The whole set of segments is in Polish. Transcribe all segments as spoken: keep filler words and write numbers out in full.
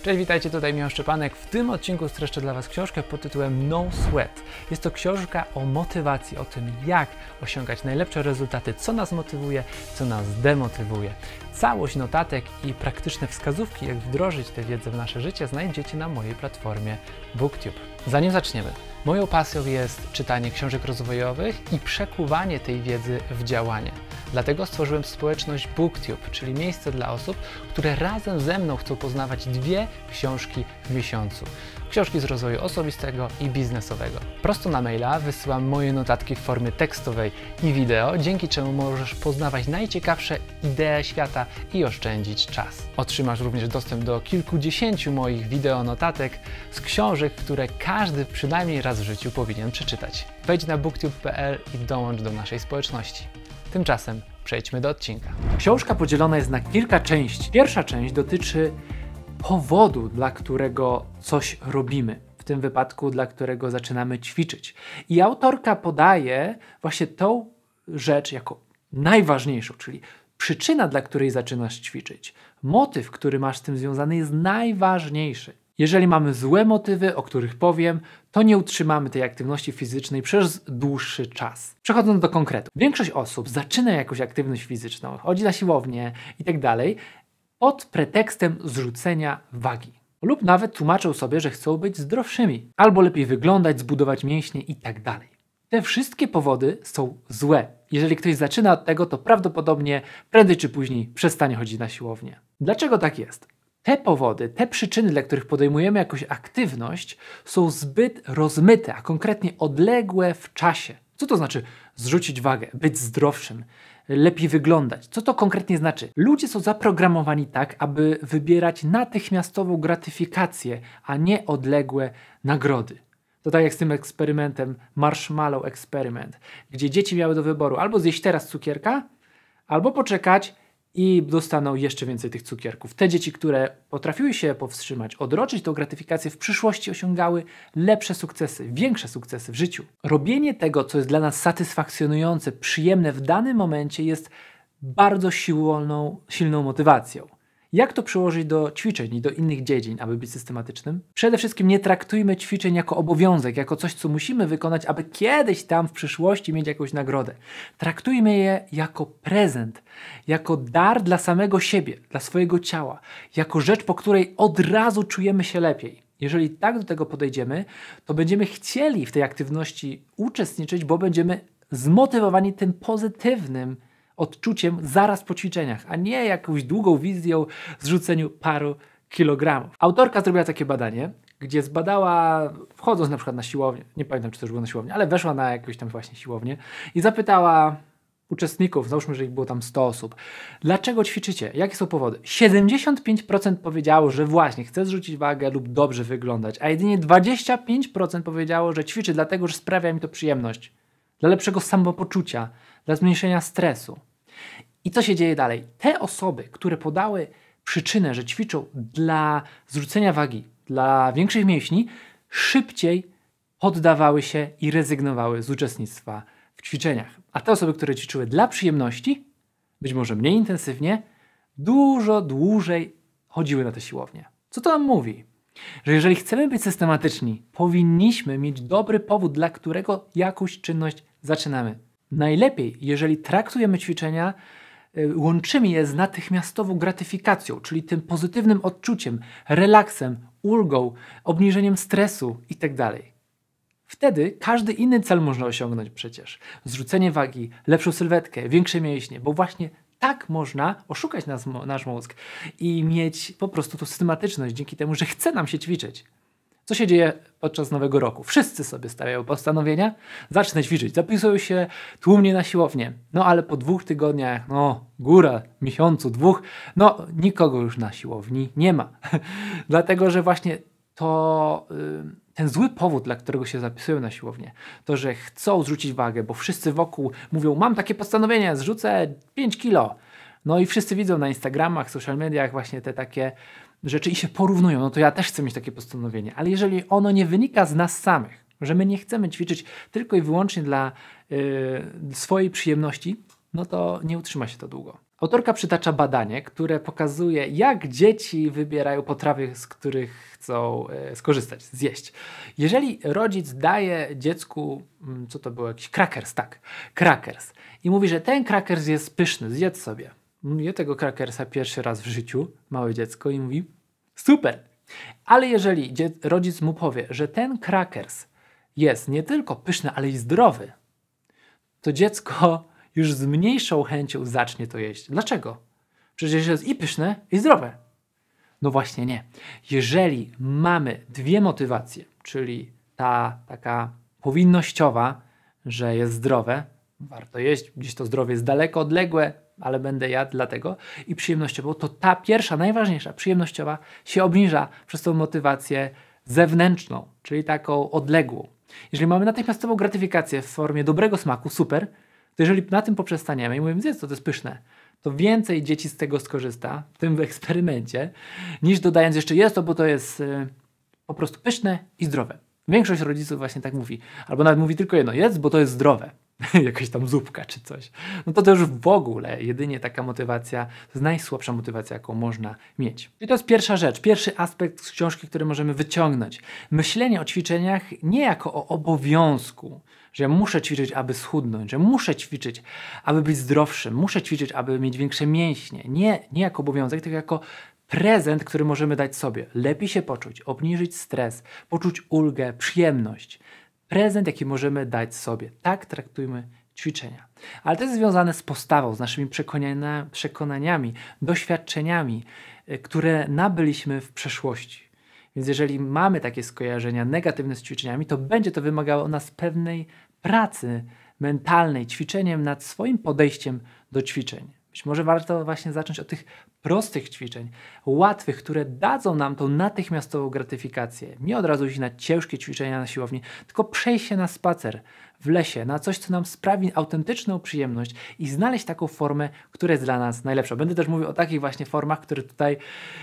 Cześć, witajcie, tutaj Michał Szczepanek. W tym odcinku streszczę dla Was książkę pod tytułem No Sweat. Jest to książka o motywacji, o tym, jak osiągać najlepsze rezultaty, co nas motywuje, co nas demotywuje. Całość notatek i praktyczne wskazówki, jak wdrożyć tę wiedzę w nasze życie, znajdziecie na mojej platformie BookTube. Zanim zaczniemy, moją pasją jest czytanie książek rozwojowych i przekuwanie tej wiedzy w działanie. Dlatego stworzyłem społeczność BookTube, czyli miejsce dla osób, które razem ze mną chcą poznawać dwie książki w miesiącu. Książki z rozwoju osobistego i biznesowego. Prosto na maila wysyłam moje notatki w formie tekstowej i wideo, dzięki czemu możesz poznawać najciekawsze idee świata i oszczędzić czas. Otrzymasz również dostęp do kilkudziesięciu moich wideo notatek z książek, które każdy przynajmniej raz w życiu powinien przeczytać. Wejdź na booktube kropka p l i dołącz do naszej społeczności. Tymczasem przejdźmy do odcinka. Książka podzielona jest na kilka części. Pierwsza część dotyczy powodu, dla którego coś robimy. W tym wypadku, dla którego zaczynamy ćwiczyć. I autorka podaje właśnie tą rzecz jako najważniejszą, czyli przyczyna, dla której zaczynasz ćwiczyć. Motyw, który masz z tym związany, jest najważniejszy. Jeżeli mamy złe motywy, o których powiem, to nie utrzymamy tej aktywności fizycznej przez dłuższy czas. Przechodząc do konkretu. Większość osób zaczyna jakąś aktywność fizyczną, chodzi na siłownię i tak dalej, pod pretekstem zrzucenia wagi. Lub nawet tłumaczą sobie, że chcą być zdrowszymi, albo lepiej wyglądać, zbudować mięśnie i tak dalej. Te wszystkie powody są złe. Jeżeli ktoś zaczyna od tego, to prawdopodobnie prędzej czy później przestanie chodzić na siłownię. Dlaczego tak jest? Te powody, te przyczyny, dla których podejmujemy jakąś aktywność, są zbyt rozmyte, a konkretnie odległe w czasie. Co to znaczy zrzucić wagę, być zdrowszym, lepiej wyglądać? Co to konkretnie znaczy? Ludzie są zaprogramowani tak, aby wybierać natychmiastową gratyfikację, a nie odległe nagrody. To tak jak z tym eksperymentem Marshmallow Experiment, gdzie dzieci miały do wyboru albo zjeść teraz cukierka, albo poczekać i dostaną jeszcze więcej tych cukierków. Te dzieci, które potrafiły się powstrzymać, odroczyć tą gratyfikację, w przyszłości osiągały lepsze sukcesy, większe sukcesy w życiu. Robienie tego, co jest dla nas satysfakcjonujące, przyjemne w danym momencie, jest bardzo silną, silną motywacją. Jak to przełożyć do ćwiczeń i do innych dziedzin, aby być systematycznym? Przede wszystkim nie traktujmy ćwiczeń jako obowiązek, jako coś, co musimy wykonać, aby kiedyś tam w przyszłości mieć jakąś nagrodę. Traktujmy je jako prezent, jako dar dla samego siebie, dla swojego ciała, jako rzecz, po której od razu czujemy się lepiej. Jeżeli tak do tego podejdziemy, to będziemy chcieli w tej aktywności uczestniczyć, bo będziemy zmotywowani tym pozytywnym odczuciem zaraz po ćwiczeniach, a nie jakąś długą wizją zrzuceniu paru kilogramów. Autorka zrobiła takie badanie, gdzie zbadała, wchodząc na przykład na siłownię, nie pamiętam, czy to już było na siłownię, ale weszła na jakąś tam właśnie siłownię i zapytała uczestników, załóżmy, że ich było tam sto osób, dlaczego ćwiczycie? Jakie są powody? siedemdziesiąt pięć procent powiedziało, że właśnie chce zrzucić wagę lub dobrze wyglądać, a jedynie dwadzieścia pięć procent powiedziało, że ćwiczy dlatego, że sprawia mi to przyjemność, dla lepszego samopoczucia, dla zmniejszenia stresu. I co się dzieje dalej? Te osoby, które podały przyczynę, że ćwiczą dla zrzucenia wagi, dla większych mięśni, szybciej poddawały się i rezygnowały z uczestnictwa w ćwiczeniach. A te osoby, które ćwiczyły dla przyjemności, być może mniej intensywnie, dużo dłużej chodziły na te siłownie. Co to nam mówi? Że jeżeli chcemy być systematyczni, powinniśmy mieć dobry powód, dla którego jakąś czynność zaczynamy. Najlepiej, jeżeli traktujemy ćwiczenia, łączymy je z natychmiastową gratyfikacją, czyli tym pozytywnym odczuciem, relaksem, ulgą, obniżeniem stresu itd. Wtedy każdy inny cel można osiągnąć przecież. Zrzucenie wagi, lepszą sylwetkę, większe mięśnie, bo właśnie tak można oszukać nas, nasz mózg i mieć po prostu tą systematyczność dzięki temu, że chce nam się ćwiczyć. Co się dzieje podczas Nowego Roku? Wszyscy sobie stawiają postanowienia, zacznę ćwiczyć, zapisują się tłumnie na siłownię. No ale po dwóch tygodniach, no góra, miesiącu, dwóch, no nikogo już na siłowni nie ma. Dlatego, że właśnie to yy, ten zły powód, dla którego się zapisują na siłownię, to, że chcą zrzucić wagę, bo wszyscy wokół mówią, mam takie postanowienie, zrzucę pięć kilo. No i wszyscy widzą na Instagramach, social mediach właśnie te takie rzeczy i się porównują, no to ja też chcę mieć takie postanowienie, ale jeżeli ono nie wynika z nas samych, że my nie chcemy ćwiczyć tylko i wyłącznie dla yy, swojej przyjemności, no to nie utrzyma się to długo. Autorka przytacza badanie, które pokazuje, jak dzieci wybierają potrawy, z których chcą e, skorzystać, zjeść. Jeżeli rodzic daje dziecku, co to było, jakiś crackers, tak, crackers i mówi, że ten crackers jest pyszny, zjedz sobie. Je tego crackersa pierwszy raz w życiu, małe dziecko, i mówi, super. Ale jeżeli rodzic mu powie, że ten crackers jest nie tylko pyszny, ale i zdrowy, to dziecko już z mniejszą chęcią zacznie to jeść. Dlaczego? Przecież jest i pyszne, i zdrowe. No właśnie nie. Jeżeli mamy dwie motywacje, czyli ta taka powinnościowa, że jest zdrowe, warto jeść, gdzieś to zdrowie jest daleko odległe, ale będę jadł dlatego, i przyjemnościową, to ta pierwsza, najważniejsza, przyjemnościowa się obniża przez tą motywację zewnętrzną, czyli taką odległą. Jeżeli mamy natychmiastową gratyfikację w formie dobrego smaku, super, to jeżeli na tym poprzestaniemy i mówimy, zjedz to, to jest pyszne, to więcej dzieci z tego skorzysta w tym eksperymencie, niż dodając jeszcze jest to, bo to jest y, po prostu pyszne i zdrowe. Większość rodziców właśnie tak mówi. Albo nawet mówi tylko jedno, jedz, bo to jest zdrowe. Jakaś tam zupka czy coś. No to to już w ogóle jedynie taka motywacja, to jest najsłabsza motywacja, jaką można mieć. I to jest pierwsza rzecz, pierwszy aspekt z książki, który możemy wyciągnąć. Myślenie o ćwiczeniach nie jako o obowiązku, że ja muszę ćwiczyć, aby schudnąć, że muszę ćwiczyć, aby być zdrowszym, muszę ćwiczyć, aby mieć większe mięśnie. Nie, nie jako obowiązek, tylko jako prezent, który możemy dać sobie. Lepiej się poczuć, obniżyć stres, poczuć ulgę, przyjemność. Prezent, jaki możemy dać sobie. Tak traktujmy ćwiczenia. Ale to jest związane z postawą, z naszymi przekonania, przekonaniami, doświadczeniami, które nabyliśmy w przeszłości. Więc jeżeli mamy takie skojarzenia negatywne z ćwiczeniami, to będzie to wymagało od nas pewnej pracy mentalnej, ćwiczeniem nad swoim podejściem do ćwiczeń. Być może warto właśnie zacząć od tych prostych ćwiczeń, łatwych, które dadzą nam tą natychmiastową gratyfikację. Nie od razu iść na ciężkie ćwiczenia na siłowni, tylko przejść się na spacer w lesie, na coś, co nam sprawi autentyczną przyjemność i znaleźć taką formę, która jest dla nas najlepsza. Będę też mówił o takich właśnie formach, które tutaj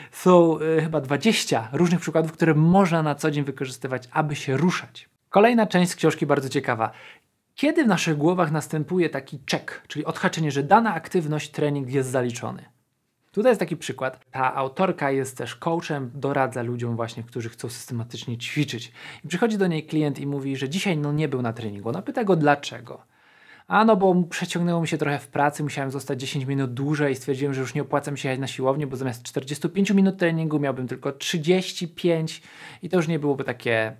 są yy, chyba dwadzieścia różnych przykładów, które można na co dzień wykorzystywać, aby się ruszać. Kolejna część z książki bardzo ciekawa. Kiedy w naszych głowach następuje taki check, czyli odhaczenie, że dana aktywność, trening jest zaliczony? Tutaj jest taki przykład. Ta autorka jest też coachem, doradza ludziom właśnie, którzy chcą systematycznie ćwiczyć. I przychodzi do niej klient i mówi, że dzisiaj no, nie był na treningu. Ona pyta go dlaczego. A no bo przeciągnęło mi się trochę w pracy, musiałem zostać dziesięć minut dłużej i stwierdziłem, że już nie opłaca mi się jechać na siłownię, bo zamiast czterdzieści pięć minut treningu miałbym tylko trzydzieści pięć i to już nie byłoby takie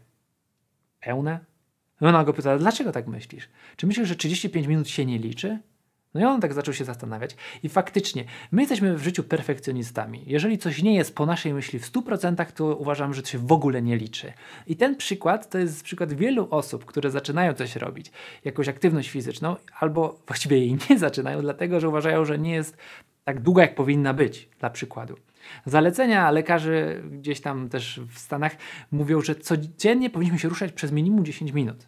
pełne. No ona go pyta, dlaczego tak myślisz? Czy myślisz, że trzydzieści pięć minut się nie liczy? No i on tak zaczął się zastanawiać. I faktycznie, my jesteśmy w życiu perfekcjonistami. Jeżeli coś nie jest po naszej myśli w stu procentach, to uważam, że to się w ogóle nie liczy. I ten przykład to jest przykład wielu osób, które zaczynają coś robić, jakąś aktywność fizyczną, albo właściwie jej nie zaczynają, dlatego że uważają, że nie jest tak długa, jak powinna być, dla przykładu. Zalecenia lekarzy gdzieś tam też w Stanach mówią, że codziennie powinniśmy się ruszać przez minimum dziesięć minut.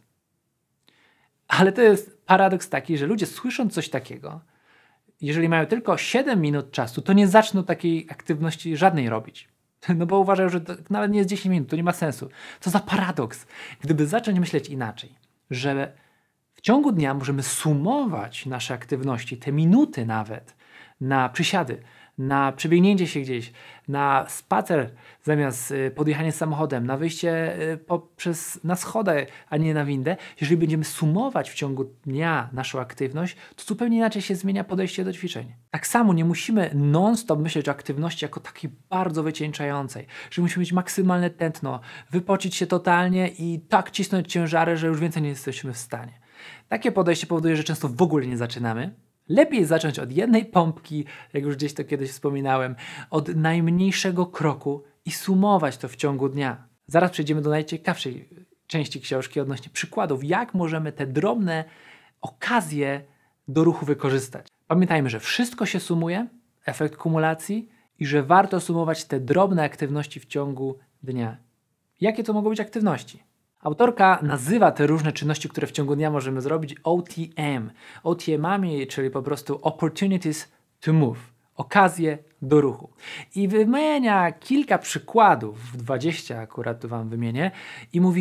Ale to jest paradoks taki, że ludzie słysząc coś takiego, jeżeli mają tylko siedem minut czasu, to nie zaczną takiej aktywności żadnej robić. No bo uważają, że to nawet nie jest dziesięć minut, to nie ma sensu. Co za paradoks. Gdyby zacząć myśleć inaczej, że w ciągu dnia możemy sumować nasze aktywności, te minuty nawet, na przysiady, na przebiegnięcie się gdzieś, na spacer zamiast podjechania samochodem, na wyjście poprzez, na schodę, a nie na windę. Jeżeli będziemy sumować w ciągu dnia naszą aktywność, to zupełnie inaczej się zmienia podejście do ćwiczeń. Tak samo nie musimy non-stop myśleć o aktywności jako takiej bardzo wycieńczającej, że musimy mieć maksymalne tętno, wypocić się totalnie i tak cisnąć ciężary, że już więcej nie jesteśmy w stanie. Takie podejście powoduje, że często w ogóle nie zaczynamy. Lepiej zacząć od jednej pompki, jak już gdzieś to kiedyś wspominałem, od najmniejszego kroku i sumować to w ciągu dnia. Zaraz przejdziemy do najciekawszej części książki odnośnie przykładów, jak możemy te drobne okazje do ruchu wykorzystać. Pamiętajmy, że wszystko się sumuje, efekt kumulacji i że warto sumować te drobne aktywności w ciągu dnia. Jakie to mogą być aktywności? Autorka nazywa te różne czynności, które w ciągu dnia możemy zrobić O T M. O T M-ami, czyli po prostu Opportunities to Move. Okazje do ruchu. I wymienia kilka przykładów, dwadzieścia akurat tu wam wymienię, i mówi,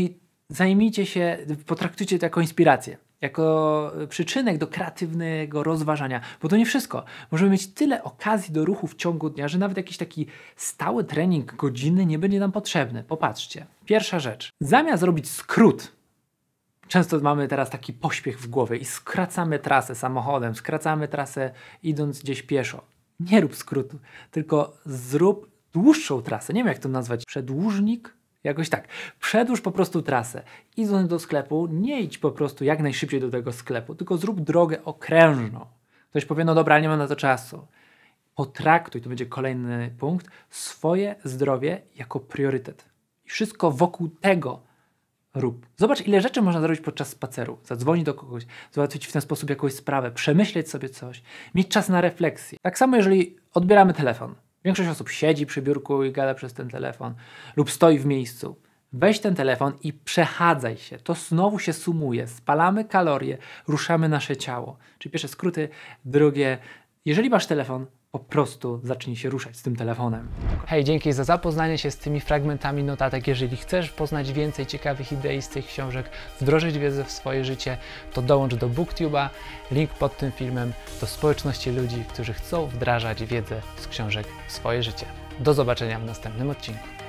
zajmijcie się, potraktujcie to jako inspirację, jako przyczynek do kreatywnego rozważania, bo to nie wszystko. Możemy mieć tyle okazji do ruchu w ciągu dnia, że nawet jakiś taki stały trening godzinny nie będzie nam potrzebny. Popatrzcie. Pierwsza rzecz. Zamiast robić skrót, często mamy teraz taki pośpiech w głowie i skracamy trasę samochodem, skracamy trasę idąc gdzieś pieszo. Nie rób skrótu, tylko zrób dłuższą trasę. Nie wiem, jak to nazwać. Przedłużnik? Jakoś tak. Przedłuż po prostu trasę. Idąc do sklepu, nie idź po prostu jak najszybciej do tego sklepu, tylko zrób drogę okrężną. Ktoś powie, no dobra, nie mam na to czasu. Potraktuj, to będzie kolejny punkt, swoje zdrowie jako priorytet. I wszystko wokół tego rób. Zobacz, ile rzeczy można zrobić podczas spaceru. Zadzwonić do kogoś, załatwić w ten sposób jakąś sprawę, przemyśleć sobie coś, mieć czas na refleksję. Tak samo, jeżeli odbieramy telefon. Większość osób siedzi przy biurku i gada przez ten telefon lub stoi w miejscu. Weź ten telefon i przechadzaj się. To znowu się sumuje. Spalamy kalorie, ruszamy nasze ciało. Czyli pierwsze skróty, drugie, jeżeli masz telefon, po prostu zacznij się ruszać z tym telefonem. Hej, dzięki za zapoznanie się z tymi fragmentami notatek. Jeżeli chcesz poznać więcej ciekawych idei z tych książek, wdrożyć wiedzę w swoje życie, to dołącz do BookTube'a. Link pod tym filmem do społeczności ludzi, którzy chcą wdrażać wiedzę z książek w swoje życie. Do zobaczenia w następnym odcinku.